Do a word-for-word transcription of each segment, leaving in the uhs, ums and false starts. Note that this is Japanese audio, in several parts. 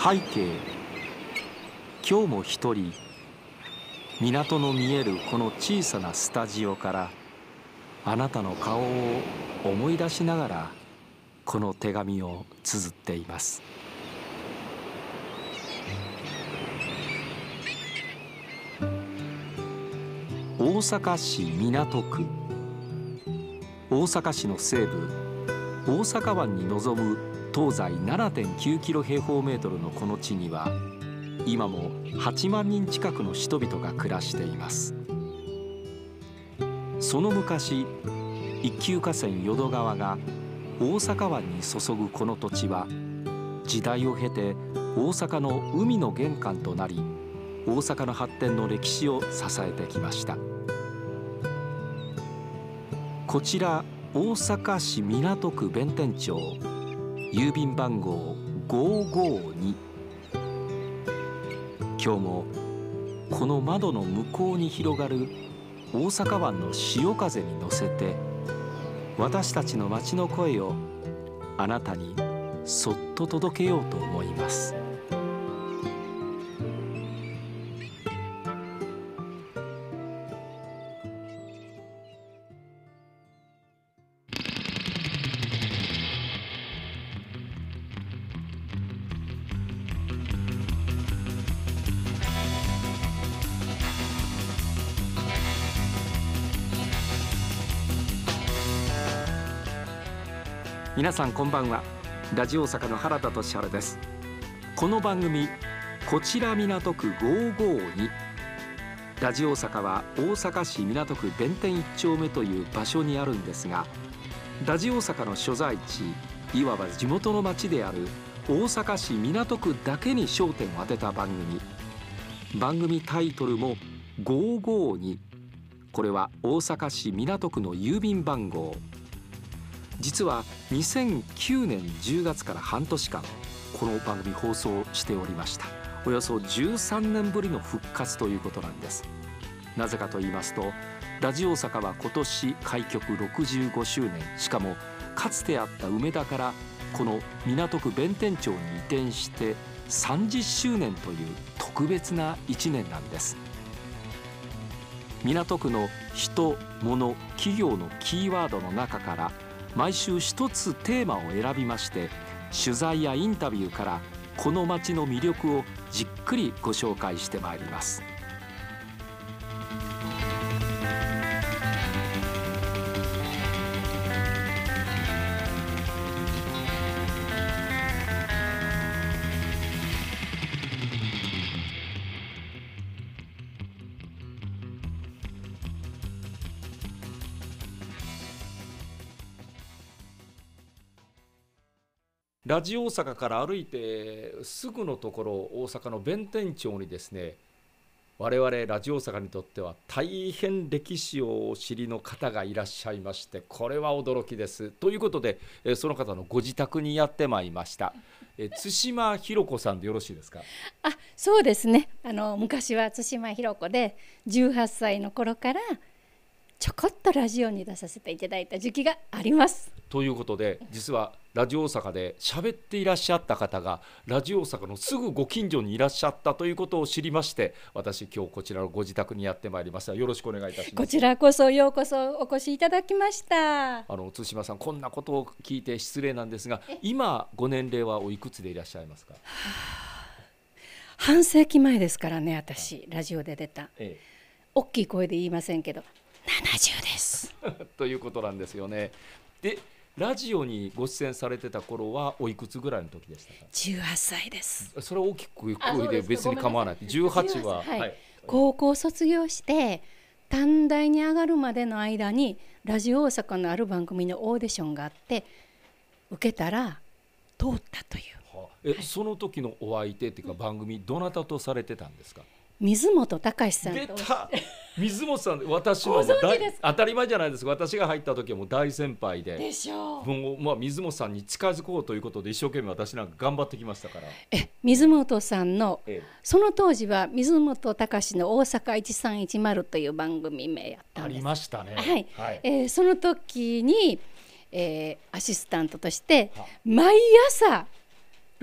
背景、今日も一人港の見えるこの小さなスタジオからあなたの顔を思い出しながらこの手紙を綴っています。大阪市港区。大阪市の西部、大阪湾に臨む東西 ななてんきゅうキロ平方メートルのこの地には今もはちまんにん近くの人々が暮らしています。その昔、一級河川淀川が大阪湾に注ぐこの土地は時代を経て大阪の海の玄関となり、大阪の発展の歴史を支えてきました。こちら大阪市港区弁天町、郵便番号ごーごーに。今日もこの窓の向こうに広がる大阪湾の潮風に乗せて、私たちの街の声をあなたにそっと届けようと思います。皆さんこんばんは。ラジオ大阪の原田俊晴です。この番組こちら港区ごーごーに。ラジオ大阪は大阪市港区弁天一丁目という場所にあるんですが、ラジオ大阪の所在地、いわば地元の町である大阪市港区だけに焦点を当てた番組。番組タイトルもごーごーに。これは大阪市港区の郵便番号。実はにせんきゅうねんじゅうがつから半年間この番組放送しておりました。およそじゅうさんねんぶりの復活ということなんです。なぜかと言いますと、ラジオ大阪は今年開局ろくじゅうごしゅうねん、しかもかつてあった梅田からこの港区弁天町に移転してさんじゅっしゅうねんという特別ないちねんなんです。港区の人、物、企業のキーワードの中から毎週一つテーマを選びまして、取材やインタビューからこの街の魅力をじっくりご紹介してまいります。ラジオ大阪から歩いてすぐのところ、大阪の弁天町にですね、我々ラジオ大阪にとっては大変歴史をお知りの方がいらっしゃいまして、これは驚きです。ということで、その方のご自宅にやってまいりました。え対馬ひろ子さんでよろしいですか？ あ、そうですね。あの昔は対馬ひろ子でじゅうはっさいの頃からちょこっとラジオに出させていただいた時期があります。 ということで、実はラジオ大阪で喋っていらっしゃった方がラジオ大阪のすぐご近所にいらっしゃったということを知りまして、私今日こちらのご自宅にやってまいりました。よろしくお願いいたします。 こちらこそようこそお越しいただきました。 あの対馬さん、こんなことを聞いて失礼なんですが、今ご年齢はおいくつでいらっしゃいますか？はあ、半世紀前ですからね、私ラジオで出た、ええ、大きい声で言いませんけどななじゅうですということなんですよね。で、ラジオにご出演されてた頃はおいくつぐらいの時でしたか？ じゅうはっさいです。 それは大きく声で別に構わない。じゅうはちは、 はいはい、高校卒業して短大に上がるまでの間にラジオ大阪のある番組のオーディションがあって、受けたら通ったという、 はあ、え、はい、その時のお相手っていうか番組どなたとされてたんですか？ 水本隆さんと。 出た水本さん、私の当たり前じゃないですか。私が入った時はもう大先輩で、 でしょう。 もう、まあ、水本さんに近づこうということで一生懸命私なんか頑張ってきましたから。 え水本さんの、ええ、その当時は水本隆の大阪いちさんいちまるという番組名やったんです。 ありましたね。 はい、はい、えー、その時に、えー、アシスタントとして毎朝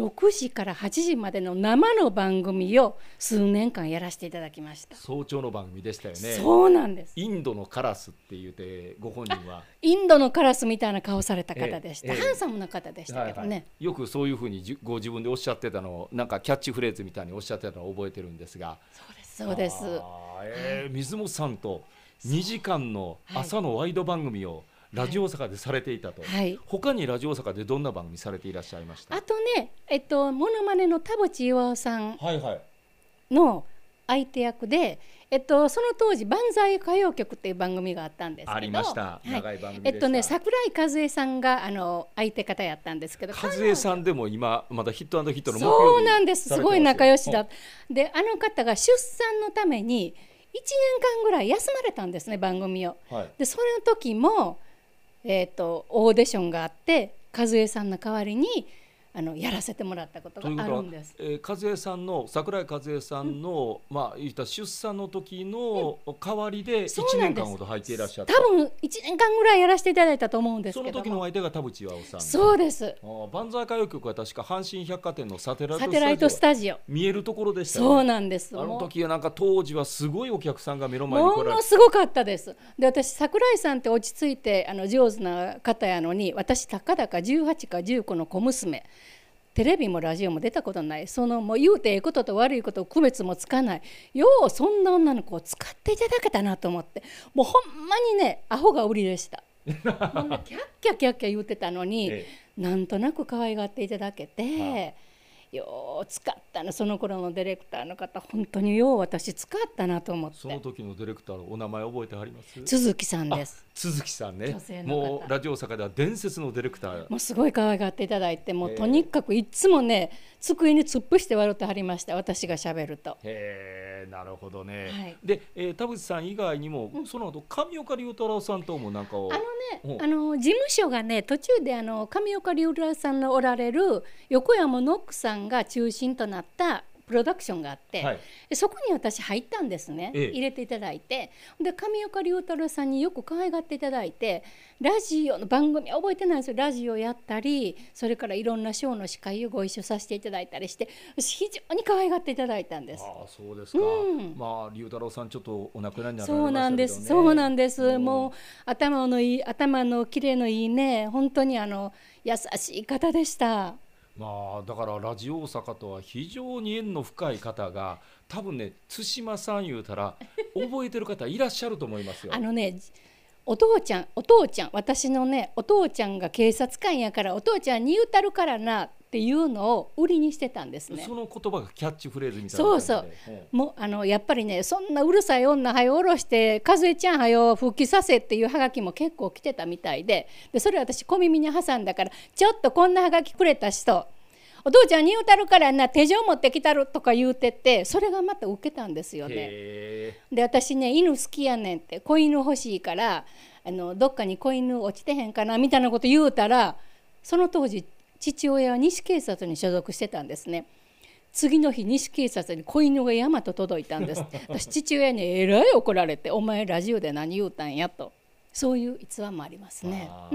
ろくじからはちじまでの生の番組を数年間やらせていただきました。 早朝の番組でしたよね。 そうなんです。 インドのカラスって言ってご本人はインドのカラスみたいな顔された方でした、 ええええハンサムな方でしたけどね、 はいはい、よくそういうふうにじご自分でおっしゃってたのをなんかキャッチフレーズみたいにおっしゃってたのを覚えてるんですが。 そうですそうです。 えー、水本さんとにじかんの朝のワイド番組をラジオ大阪でされていたと、はい、他にラジオ大阪でどんな番組されていらっしゃいました？ あとね、えっと、モノマネの田淵岩さんの相手役で、はいはい、えっと、その当時万歳歌謡曲っていう番組があったんですけど、 ありました、長い番組でした。 えっとね、桜井和恵さんがあの相手方やったんですけど、 和恵さんでも今まだヒット&ヒットの木曜日そうなんです、すごい仲良しだ。で、あの方が出産のためにいちねんかんぐらい休まれたんですね、番組を、はい、でそれの時も、えーと、オーディションがあって和恵さんの代わりにあのやらせてもらったことがあるんです。 ということは、えー、和恵さんの桜井和恵さんの、うん、まあ、言った出産の時の代わりでいちねんかんほど入っていらっしゃった、 多分いちねんかんぐらいやらせていただいたと思うんですけども、 その時の相手が田淵巌さん。 そうです。 万歳歌謡曲は確か阪神百貨店のサテライトスタジオ見えるところでしたね。 そうなんです。 あの時はなんか当時はすごいお客さんが目の前に来られて、 ものすごかったです。で、私桜井さんって落ち着いてあの上手な方やのに、私たかだかじゅうはちかじゅうきゅうの小娘、テレビもラジオも出たことない、そのもう言うてええことと悪いことを区別もつかない、ようそんな女の子を使っていただけたなと思って、もうほんまにねアホが売りでしたほんでキャッキャキャッキャ言ってたのに、ええ、なんとなく可愛がっていただけて、はあ、よう使ったな。その頃のディレクターの方本当によう私使ったなと思って。 その時のディレクターのお名前覚えてはります？ 鈴木さんです。 鈴木さんね、もうラジオ大阪では伝説のディレクター、 もうすごい可愛がっていただいて、もうとにかくいつもね机に突っ伏して笑ってはりました、私がしゃべると。 へえ、なるほどね、はい、で、えー、田淵さん以外にも、うん、その後上岡龍太郎さんともなんかをあのね、あの事務所がね途中であの上岡龍太郎さんのおられる横山ノックさんが中心となったプロダクションがあって、はい、そこに私入ったんですね、ええ、入れていただいて、で上岡龍太郎さんによく可愛がっていただいて、ラジオの番組覚えてないんですよ、ラジオやったり、それからいろんなショーの司会をご一緒させていただいたりして、非常に可愛がっていただいたんです。 ああ、そうですか、うん、まあ龍太郎さんちょっとお亡くなりになられましたけどね。 そうなんです、そうなんです、うん、もう頭のいい頭の綺麗のいいね、本当にあの優しい方でした。 まあ、だからラジオ大阪とは非常に縁の深い方が多分ね、対馬さん言うたら覚えてる方いらっしゃると思いますよあのね、お父ちゃんお父ちゃん私のねお父ちゃんが警察官やからお父ちゃんに言うたるからなっていうのを売りにしてたんですね。 その言葉がキャッチフレーズみたいな。 そうそう、うん、もうあのやっぱりね、そんなうるさい女はよ下ろして和江ちゃんはよ復帰させっていうハガキも結構来てたみたいで、でそれ私小耳に挟んだから、ちょっとこんなハガキくれた人お父ちゃんに言うたるからな手錠持ってきたるとか言うてて、それがまた受けたんですよね。で私ね犬好きやねんって、子犬欲しいからあのどっかに子犬落ちてへんかなみたいなこと言うたら、その当時父親は西警察に所属してたんですね。次の日西警察に子犬が山と届いたんです私父親にえらい怒られて、お前ラジオで何言うたんやと、そういう逸話もありますね。うん、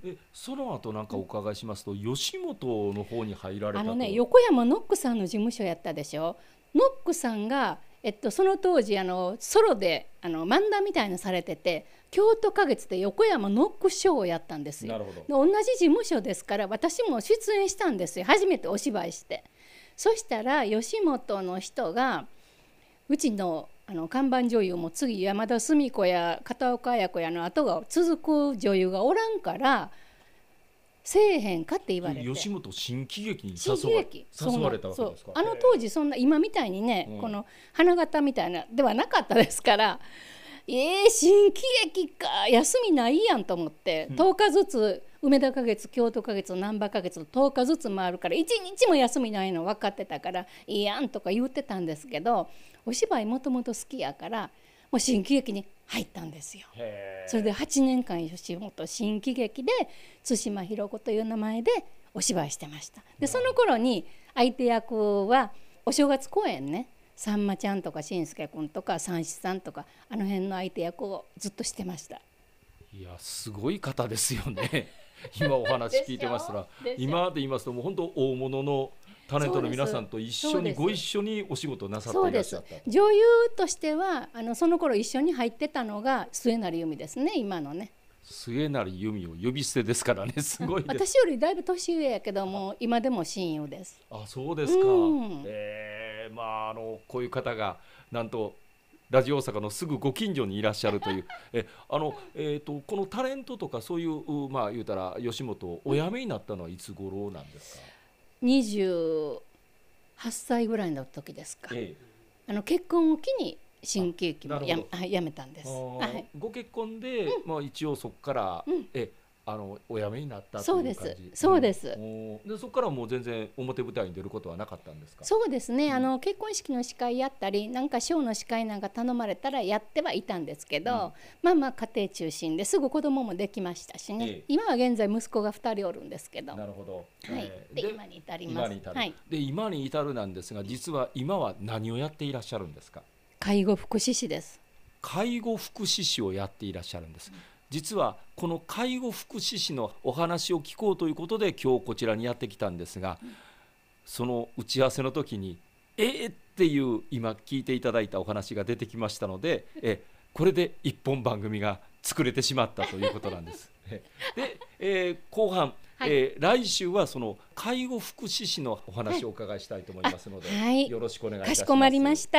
えその後なんかお伺いしますと、うん、吉本の方に入られたと。 あのね、横山ノックさんの事務所やったでしょ。ノックさんが、えっと、その当時あのソロであの漫談みたいなされてて、京都花月で横山ノックショーをやったんですよ。 なるほど。 同じ事務所ですから、私も出演したんですよ、初めてお芝居して。そしたら吉本の人がうちのあの看板女優も次山田澄子や片岡綾子やの後が続く女優がおらんからせえへんかって言われて、 吉本新喜劇に誘わ誘われたわけですか。 あの当時そんな今みたいにね、うん、この花形みたいなではなかったですから、えー、新喜劇か休みないやんと思って、うん、とおかずつ梅田花月京都花月難波花月のとおかずつ回るからいちにちも休みないの分かってたからいいやんとか言ってたんですけど、お芝居もともと好きやからもう新喜劇に入ったんですよ。それではちねんかん吉本新喜劇で対馬ひろ子という名前でお芝居してました。でその頃に相手役はお正月公演ね、さんまちゃんとかしんすけくんとか三枝さんとかあの辺の相手役をずっとしてました。 いやすごい方ですよね今お話聞いてましたら、今で言いますともう本当大物のタレントの皆さんと一緒にご一緒にお仕事なさっていらっしゃった。 そうです。女優としてはあのその頃一緒に入ってたのが末成由美ですね、今のね。 末成由美を呼び捨てですからね、すごいです。 私よりだいぶ年上やけども今でも親友です。 あ、そうですか。 うん、 えー、まああのこういう方がなんとラジオ大阪のすぐご近所にいらっしゃるというえあの、えー、とこのタレントとかそういうまあ言うたら吉本をお辞めになったのはいつ頃なんですか？ にじゅうはっさいぐらいの時ですか、 ええ、 あの結婚を機に新喜劇もや、はい、やめたんです。 はい、ご結婚で、 うん、 まあ、一応そこから、うん、えあのお辞めになったという感じ。 そうです、そうです、 うん、でそこからもう全然表舞台に出ることはなかったんですか？ そうですね、 うん、あの結婚式の司会やったりなんかショーの司会なんか頼まれたらやってはいたんですけど、うん、まあまあ家庭中心ですぐ子供もできましたしね、ええ、今は現在息子がふたりおるんですけど。 なるほど、 はい、えー、で, で今に至ります。 今に至る、 はい、 で今に至るなんですが、実は今は何をやっていらっしゃるんですか？ 介護福祉士です。 介護福祉士をやっていらっしゃるんです。実はこの介護福祉士のお話を聞こうということで今日こちらにやってきたんですが、その打ち合わせの時にえーっていう今聞いていただいたお話が出てきましたので、えこれで一本番組が作れてしまったということなんですで、えー、後半、はい、えー、来週はその介護福祉士のお話をお伺いしたいと思いますので、はい、よろしくお願いいたします。 かしこまりました。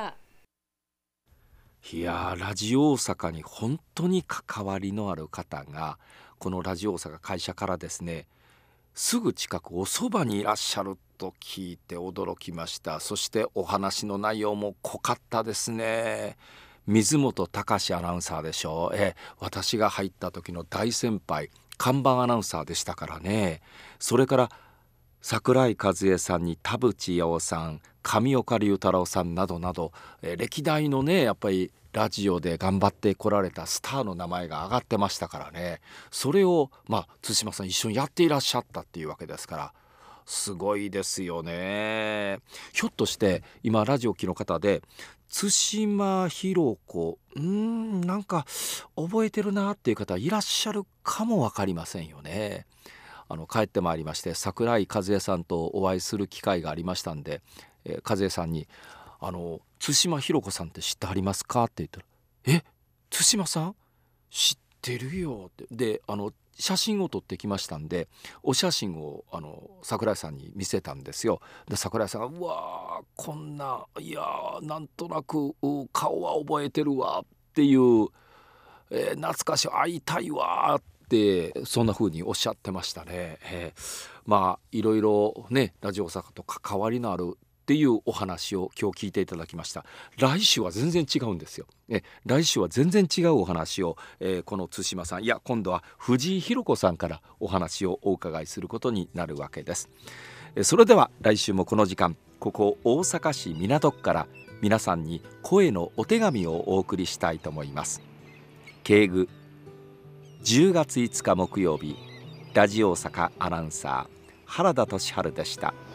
いやラジオ大阪に本当に関わりのある方がこのラジオ大阪会社からですね、すぐ近くおそばにいらっしゃると聞いて驚きました。そしてお話の内容も濃かったですね。水本隆アナウンサーでしょう。え私が入った時の大先輩、看板アナウンサーでしたからね。それから桜井和恵さんに田淵八尾さん、上岡龍太郎さんなどなど、えー、歴代のねやっぱりラジオで頑張ってこられたスターの名前が挙がってましたからね。それをまあ対馬さん一緒にやっていらっしゃったっていうわけですからすごいですよね。ひょっとして今ラジオ機の方で対馬弘子うーんなんか覚えてるなっていう方いらっしゃるかも分かりませんよね。あの帰ってまいりまして桜井和恵さんとお会いする機会がありましたんで、えー、和恵さんにあの対馬弘子さんって知ってありますかって言ったらえ対馬さん知ってるよってであの写真を撮ってきましたんでお写真をあの桜井さんに見せたんですよ。で桜井さんがうわーこんないやーなんとなく顔は覚えてるわっていう、えー、懐かしい会いたいわってでそんな風におっしゃってましたね。えー、まあいろいろねラジオ大阪と関わりのあるっていうお話を今日聞いていただきました。来週は全然違うんですよ。え来週は全然違うお話を、えー、この対馬さんいや今度は藤井寛子さんからお話をお伺いすることになるわけです。えそれでは来週もこの時間ここ大阪市港区から皆さんに声のお手紙をお送りしたいと思います。敬具じゅうがついつか木曜日、ラジオ大阪アナウンサー原田俊治でした。